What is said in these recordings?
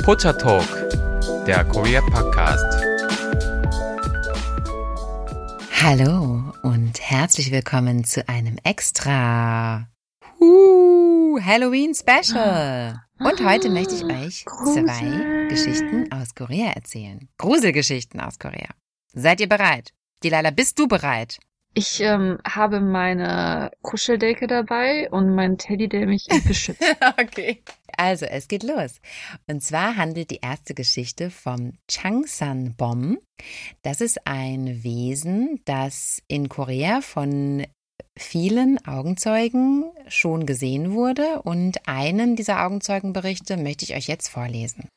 Pocha Talk, der Korea Podcast. Hallo und herzlich willkommen zu einem extra Halloween Special. Und heute möchte ich euch zwei Geschichten aus Korea erzählen. Gruselgeschichten aus Korea. Seid ihr bereit? Delilah, bist du bereit? Ich habe meine Kuscheldecke dabei und meinen Teddy, der mich beschützt. Okay. Also, es geht los. Und zwar handelt die erste Geschichte vom Changsan-Bom. Das ist ein Wesen, das in Korea von vielen Augenzeugen schon gesehen wurde. Und einen dieser Augenzeugenberichte möchte ich euch jetzt vorlesen.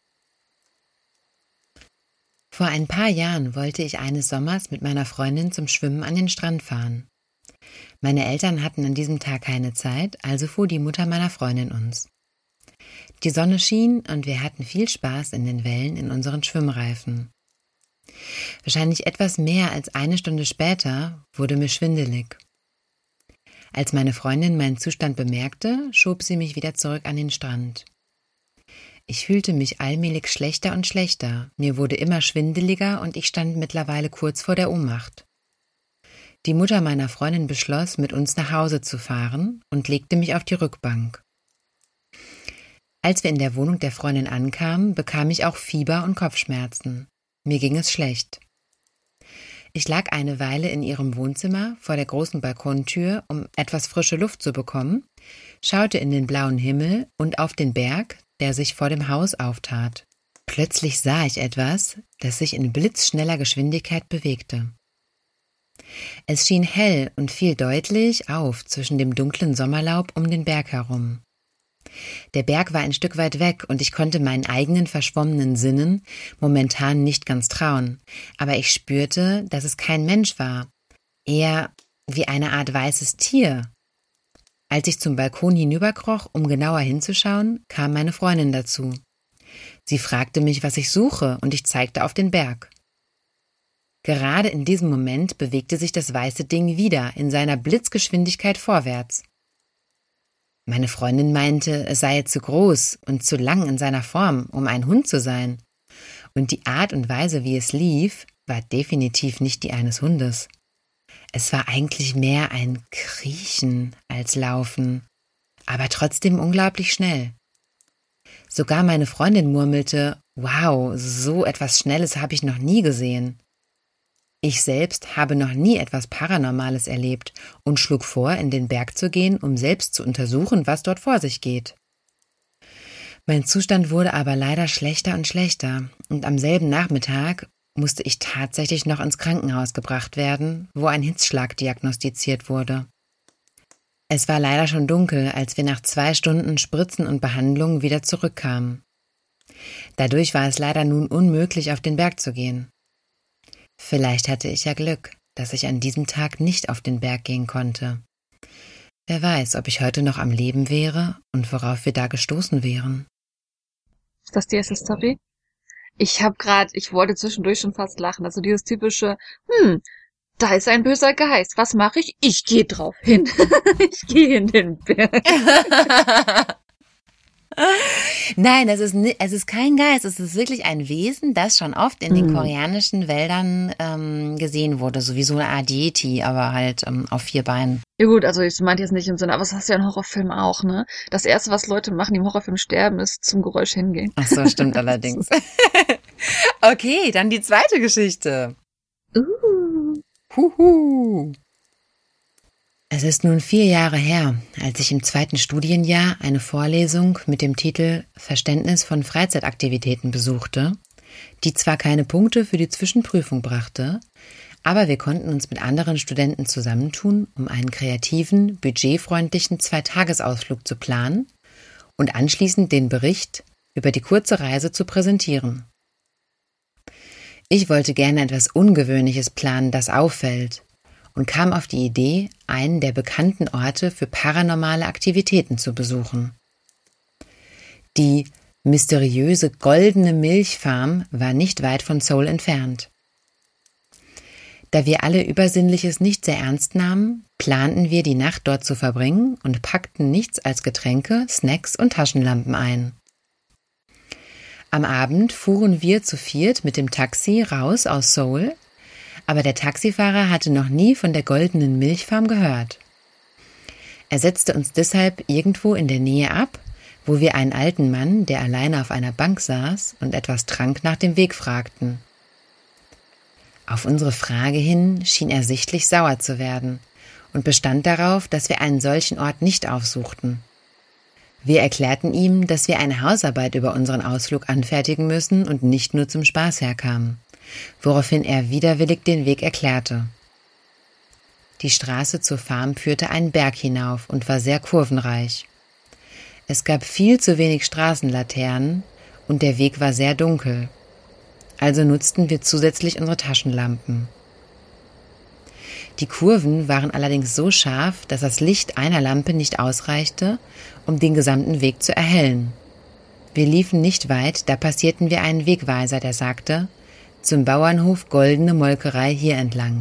Vor ein paar Jahren wollte ich eines Sommers mit meiner Freundin zum Schwimmen an den Strand fahren. Meine Eltern hatten an diesem Tag keine Zeit, also fuhr die Mutter meiner Freundin uns. Die Sonne schien und wir hatten viel Spaß in den Wellen in unseren Schwimmreifen. Wahrscheinlich etwas mehr als eine Stunde später wurde mir schwindelig. Als meine Freundin meinen Zustand bemerkte, schob sie mich wieder zurück an den Strand. Ich fühlte mich allmählich schlechter und schlechter, mir wurde immer schwindeliger und ich stand mittlerweile kurz vor der Ohnmacht. Die Mutter meiner Freundin beschloss, mit uns nach Hause zu fahren und legte mich auf die Rückbank. Als wir in der Wohnung der Freundin ankamen, bekam ich auch Fieber und Kopfschmerzen. Mir ging es schlecht. Ich lag eine Weile in ihrem Wohnzimmer vor der großen Balkontür, um etwas frische Luft zu bekommen, schaute in den blauen Himmel und auf den Berg, der sich vor dem Haus auftat. Plötzlich sah ich etwas, das sich in blitzschneller Geschwindigkeit bewegte. Es schien hell und fiel deutlich auf zwischen dem dunklen Sommerlaub um den Berg herum. Der Berg war ein Stück weit weg und ich konnte meinen eigenen verschwommenen Sinnen momentan nicht ganz trauen, aber ich spürte, dass es kein Mensch war, eher wie eine Art weißes Tier. Als ich zum Balkon hinüberkroch, um genauer hinzuschauen, kam meine Freundin dazu. Sie fragte mich, was ich suche, und ich zeigte auf den Berg. Gerade in diesem Moment bewegte sich das weiße Ding wieder in seiner Blitzgeschwindigkeit vorwärts. Meine Freundin meinte, es sei zu groß und zu lang in seiner Form, um ein Hund zu sein. Und die Art und Weise, wie es lief, war definitiv nicht die eines Hundes. Es war eigentlich mehr ein Kriechen als Laufen, aber trotzdem unglaublich schnell. Sogar meine Freundin murmelte, wow, so etwas Schnelles habe ich noch nie gesehen. Ich selbst habe noch nie etwas Paranormales erlebt und schlug vor, in den Berg zu gehen, um selbst zu untersuchen, was dort vor sich geht. Mein Zustand wurde aber leider schlechter und schlechter und am selben Nachmittag musste ich tatsächlich noch ins Krankenhaus gebracht werden, wo ein Hitzschlag diagnostiziert wurde. Es war leider schon dunkel, als wir nach 2 Stunden Spritzen und Behandlung wieder zurückkamen. Dadurch war es leider nun unmöglich, auf den Berg zu gehen. Vielleicht hatte ich ja Glück, dass ich an diesem Tag nicht auf den Berg gehen konnte. Wer weiß, ob ich heute noch am Leben wäre und worauf wir da gestoßen wären. Ist das die erste Story? Ich wollte zwischendurch schon fast lachen. Also dieses typische, da ist ein böser Geist. Was mache ich? Ich gehe drauf hin. Ich gehe in den Berg. Nein, es ist kein Geist, es ist wirklich ein Wesen, das schon oft in den koreanischen Wäldern gesehen wurde, so wie so eine Art Yeti, aber halt auf 4 Beinen. Ja gut, also ich meinte jetzt nicht im Sinne, aber das hast du ja in Horrorfilmen auch, ne? Das Erste, was Leute machen, die im Horrorfilm sterben, ist zum Geräusch hingehen. Ach so, stimmt allerdings. Okay, dann die zweite Geschichte. Huhu. Es ist nun 4 Jahre her, als ich im 2. Studienjahr eine Vorlesung mit dem Titel Verständnis von Freizeitaktivitäten besuchte, die zwar keine Punkte für die Zwischenprüfung brachte, aber wir konnten uns mit anderen Studenten zusammentun, um einen kreativen, budgetfreundlichen 2-Tagesausflug zu planen und anschließend den Bericht über die kurze Reise zu präsentieren. Ich wollte gerne etwas Ungewöhnliches planen, das auffällt, und kam auf die Idee, einen der bekannten Orte für paranormale Aktivitäten zu besuchen. Die mysteriöse Goldene Milchfarm war nicht weit von Seoul entfernt. Da wir alle Übersinnliches nicht sehr ernst nahmen, planten wir, die Nacht dort zu verbringen und packten nichts als Getränke, Snacks und Taschenlampen ein. Am Abend fuhren wir zu viert mit dem Taxi raus aus Seoul, aber der Taxifahrer hatte noch nie von der goldenen Milchfarm gehört. Er setzte uns deshalb irgendwo in der Nähe ab, wo wir einen alten Mann, der alleine auf einer Bank saß und etwas trank, nach dem Weg fragten. Auf unsere Frage hin schien er sichtlich sauer zu werden und bestand darauf, dass wir einen solchen Ort nicht aufsuchten. Wir erklärten ihm, dass wir eine Hausarbeit über unseren Ausflug anfertigen müssen und nicht nur zum Spaß herkamen, woraufhin er widerwillig den Weg erklärte. Die Straße zur Farm führte einen Berg hinauf und war sehr kurvenreich. Es gab viel zu wenig Straßenlaternen und der Weg war sehr dunkel. Also nutzten wir zusätzlich unsere Taschenlampen. Die Kurven waren allerdings so scharf, dass das Licht einer Lampe nicht ausreichte, um den gesamten Weg zu erhellen. Wir liefen nicht weit, da passierten wir einen Wegweiser, der sagte: zum Bauernhof Goldene Molkerei hier entlang.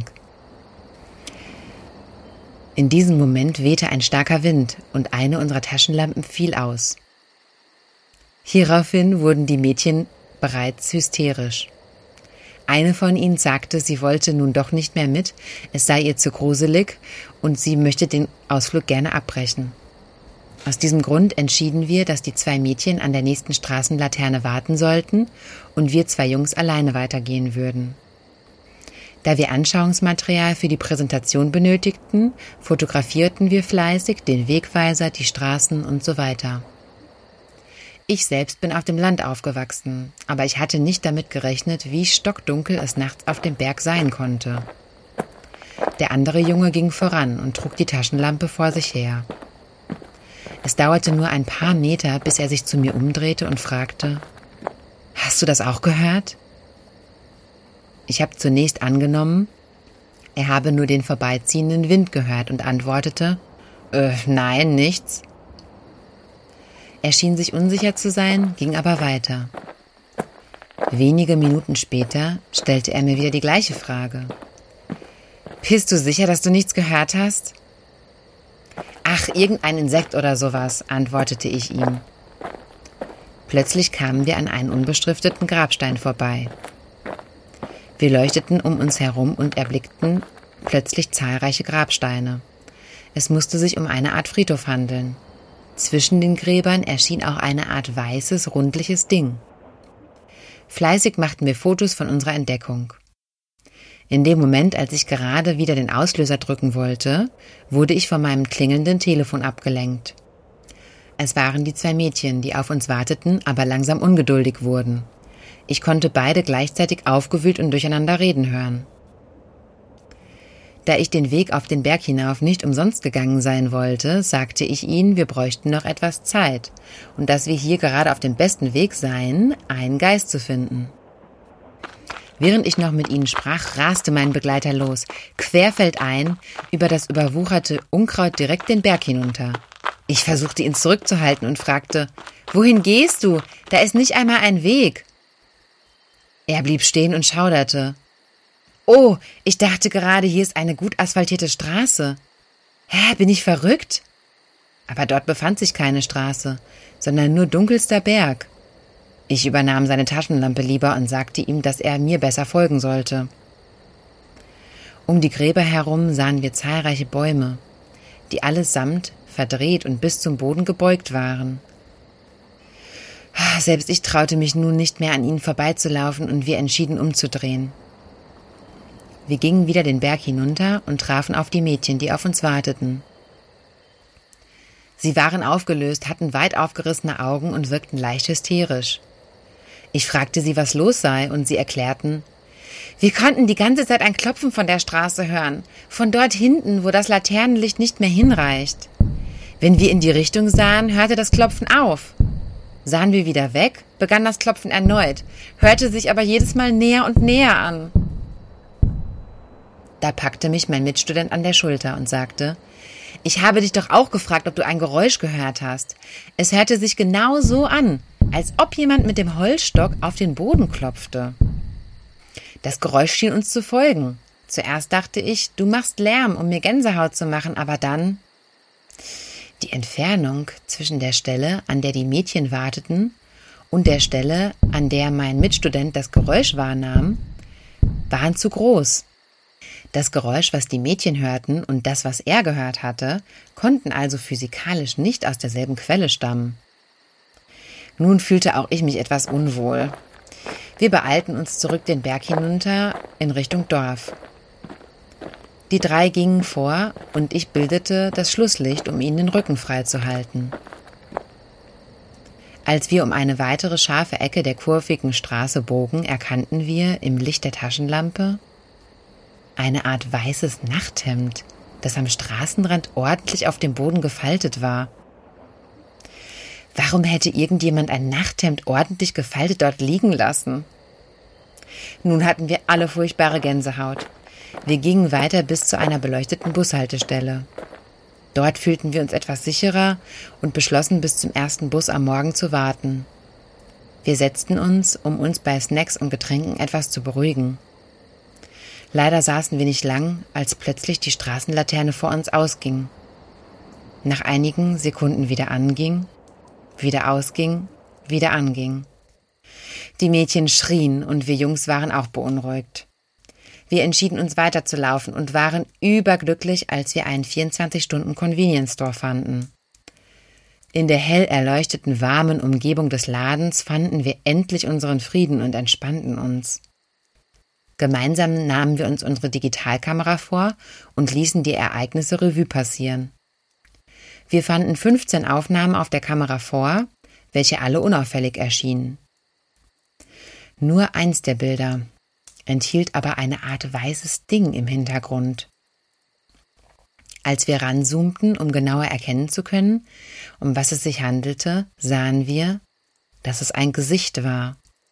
In diesem Moment wehte ein starker Wind und eine unserer Taschenlampen fiel aus. Hieraufhin wurden die Mädchen bereits hysterisch. Eine von ihnen sagte, sie wollte nun doch nicht mehr mit, es sei ihr zu gruselig und sie möchte den Ausflug gerne abbrechen. Aus diesem Grund entschieden wir, dass die 2 Mädchen an der nächsten Straßenlaterne warten sollten und wir 2 Jungs alleine weitergehen würden. Da wir Anschauungsmaterial für die Präsentation benötigten, fotografierten wir fleißig den Wegweiser, die Straßen und so weiter. Ich selbst bin auf dem Land aufgewachsen, aber ich hatte nicht damit gerechnet, wie stockdunkel es nachts auf dem Berg sein konnte. Der andere Junge ging voran und trug die Taschenlampe vor sich her. Es dauerte nur ein paar Meter, bis er sich zu mir umdrehte und fragte: »Hast du das auch gehört?« Ich habe zunächst angenommen, er habe nur den vorbeiziehenden Wind gehört und antwortete: »Nein, nichts.« Er schien sich unsicher zu sein, ging aber weiter. Wenige Minuten später stellte er mir wieder die gleiche Frage. »Bist du sicher, dass du nichts gehört hast?« »Ach, irgendein Insekt oder sowas«, antwortete ich ihm. Plötzlich kamen wir an einen unbeschrifteten Grabstein vorbei. Wir leuchteten um uns herum und erblickten plötzlich zahlreiche Grabsteine. Es musste sich um eine Art Friedhof handeln. Zwischen den Gräbern erschien auch eine Art weißes, rundliches Ding. Fleißig machten wir Fotos von unserer Entdeckung. In dem Moment, als ich gerade wieder den Auslöser drücken wollte, wurde ich von meinem klingelnden Telefon abgelenkt. Es waren die 2 Mädchen, die auf uns warteten, aber langsam ungeduldig wurden. Ich konnte beide gleichzeitig aufgewühlt und durcheinander reden hören. Da ich den Weg auf den Berg hinauf nicht umsonst gegangen sein wollte, sagte ich ihnen, wir bräuchten noch etwas Zeit und dass wir hier gerade auf dem besten Weg seien, einen Geist zu finden. Während ich noch mit ihnen sprach, raste mein Begleiter los, querfeldein, über das überwucherte Unkraut direkt den Berg hinunter. Ich versuchte ihn zurückzuhalten und fragte: »Wohin gehst du? Da ist nicht einmal ein Weg.« Er blieb stehen und schauderte. »Oh, ich dachte gerade, hier ist eine gut asphaltierte Straße. Hä, bin ich verrückt?« Aber dort befand sich keine Straße, sondern nur dunkelster Berg. Ich übernahm seine Taschenlampe lieber und sagte ihm, dass er mir besser folgen sollte. Um die Gräber herum sahen wir zahlreiche Bäume, die allesamt verdreht und bis zum Boden gebeugt waren. Selbst ich traute mich nun nicht mehr, an ihnen vorbeizulaufen und wir entschieden umzudrehen. Wir gingen wieder den Berg hinunter und trafen auf die Mädchen, die auf uns warteten. Sie waren aufgelöst, hatten weit aufgerissene Augen und wirkten leicht hysterisch. Ich fragte sie, was los sei, und sie erklärten: Wir konnten die ganze Zeit ein Klopfen von der Straße hören, von dort hinten, wo das Laternenlicht nicht mehr hinreicht. Wenn wir in die Richtung sahen, hörte das Klopfen auf. Sahen wir wieder weg, begann das Klopfen erneut, hörte sich aber jedes Mal näher und näher an. Da packte mich mein Mitstudent an der Schulter und sagte: Ich habe dich doch auch gefragt, ob du ein Geräusch gehört hast. Es hörte sich genau so an, als ob jemand mit dem Holzstock auf den Boden klopfte. Das Geräusch schien uns zu folgen. Zuerst dachte ich, du machst Lärm, um mir Gänsehaut zu machen, aber dann... Die Entfernung zwischen der Stelle, an der die Mädchen warteten, und der Stelle, an der mein Mitstudent das Geräusch wahrnahm, waren zu groß. Das Geräusch, was die Mädchen hörten, und das, was er gehört hatte, konnten also physikalisch nicht aus derselben Quelle stammen. Nun fühlte auch ich mich etwas unwohl. Wir beeilten uns zurück den Berg hinunter in Richtung Dorf. Die 3 gingen vor und ich bildete das Schlusslicht, um ihnen den Rücken frei zu halten. Als wir um eine weitere scharfe Ecke der kurvigen Straße bogen, erkannten wir im Licht der Taschenlampe eine Art weißes Nachthemd, das am Straßenrand ordentlich auf dem Boden gefaltet war. Warum hätte irgendjemand ein Nachthemd ordentlich gefaltet dort liegen lassen? Nun hatten wir alle furchtbare Gänsehaut. Wir gingen weiter bis zu einer beleuchteten Bushaltestelle. Dort fühlten wir uns etwas sicherer und beschlossen, bis zum ersten Bus am Morgen zu warten. Wir setzten uns, um uns bei Snacks und Getränken etwas zu beruhigen. Leider saßen wir nicht lang, als plötzlich die Straßenlaterne vor uns ausging. Nach einigen Sekunden wieder anging, wieder ausging, wieder anging. Die Mädchen schrien und wir Jungs waren auch beunruhigt. Wir entschieden uns weiterzulaufen und waren überglücklich, als wir einen 24-Stunden-Convenience-Store fanden. In der hell erleuchteten, warmen Umgebung des Ladens fanden wir endlich unseren Frieden und entspannten uns. Gemeinsam nahmen wir uns unsere Digitalkamera vor und ließen die Ereignisse Revue passieren. Wir fanden 15 Aufnahmen auf der Kamera vor, welche alle unauffällig erschienen. Nur eins der Bilder enthielt aber eine Art weißes Ding im Hintergrund. Als wir ranzoomten, um genauer erkennen zu können, um was es sich handelte, sahen wir, dass es ein Gesicht war.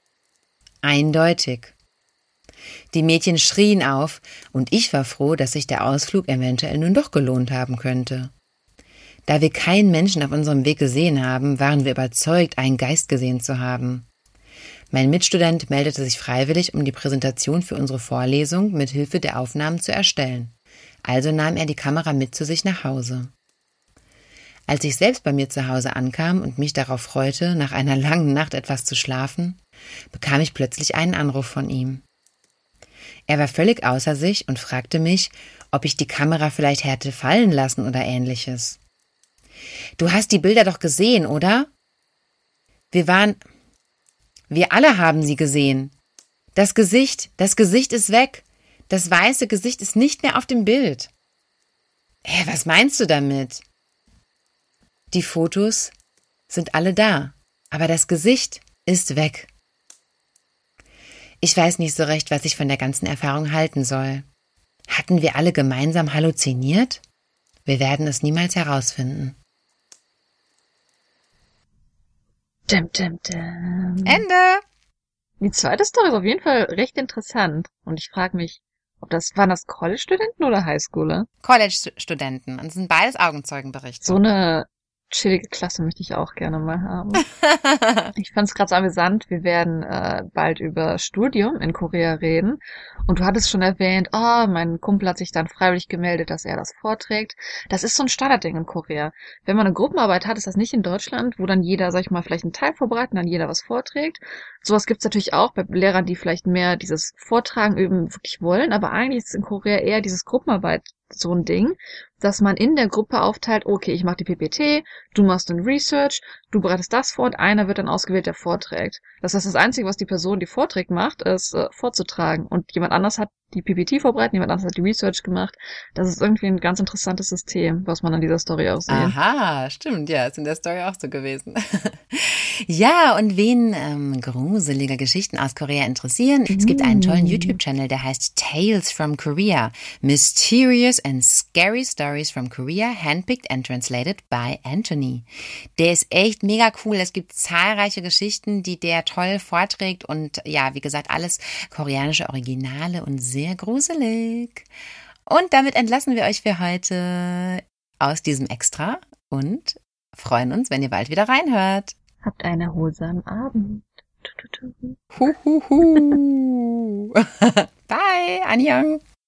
Eindeutig. Die Mädchen schrien auf und ich war froh, dass sich der Ausflug eventuell nun doch gelohnt haben könnte. Da wir keinen Menschen auf unserem Weg gesehen haben, waren wir überzeugt, einen Geist gesehen zu haben. Mein Mitstudent meldete sich freiwillig, um die Präsentation für unsere Vorlesung mit Hilfe der Aufnahmen zu erstellen. Also nahm er die Kamera mit zu sich nach Hause. Als ich selbst bei mir zu Hause ankam und mich darauf freute, nach einer langen Nacht etwas zu schlafen, bekam ich plötzlich einen Anruf von ihm. Er war völlig außer sich und fragte mich, ob ich die Kamera vielleicht hätte fallen lassen oder ähnliches. »Du hast die Bilder doch gesehen, oder?« Wir alle haben sie gesehen. Das Gesicht ist weg. Das weiße Gesicht ist nicht mehr auf dem Bild. »Hä, was meinst du damit?« »Die Fotos sind alle da, aber das Gesicht ist weg.« Ich weiß nicht so recht, was ich von der ganzen Erfahrung halten soll. Hatten wir alle gemeinsam halluziniert? Wir werden es niemals herausfinden. Ende! Die zweite Story ist auf jeden Fall recht interessant. Und ich frage mich, waren das College-Studenten oder Highschooler? College-Studenten. Und es sind beides Augenzeugenberichte. So eine chillige Klasse möchte ich auch gerne mal haben. Ich fand es gerade so amüsant. Wir werden bald über Studium in Korea reden. Und du hattest schon erwähnt, mein Kumpel hat sich dann freiwillig gemeldet, dass er das vorträgt. Das ist so ein Standardding in Korea. Wenn man eine Gruppenarbeit hat, ist das nicht in Deutschland, wo dann jeder, sag ich mal, vielleicht einen Teil vorbereitet und dann jeder was vorträgt. Sowas gibt's natürlich auch bei Lehrern, die vielleicht mehr dieses Vortragen üben wirklich wollen. Aber eigentlich ist in Korea eher dieses Gruppenarbeit so ein Ding, dass man in der Gruppe aufteilt, okay, ich mache die PPT, du machst den Research, du bereitest das vor und einer wird dann ausgewählt, der vorträgt. Das heißt, das Einzige, was die Person, die vorträgt, macht, ist vorzutragen. Und jemand anders hat die PPT vorbereitet, jemand anderes hat die Research gemacht. Das ist irgendwie ein ganz interessantes System, was man an dieser Story auch sieht. Aha, stimmt, ja, ist in der Story auch so gewesen. Ja, und wen gruselige Geschichten aus Korea interessieren, es gibt einen tollen YouTube-Channel, der heißt Tales from Korea. Mysterious and Scary Stories from Korea, handpicked and translated by Anthony. Der ist echt mega cool. Es gibt zahlreiche Geschichten, die der toll vorträgt und ja, wie gesagt, alles koreanische Originale und sehr gruselig. Und damit entlassen wir euch für heute aus diesem Extra und freuen uns, wenn ihr bald wieder reinhört. Habt einen erholsamen Abend. Bye, Annyeong.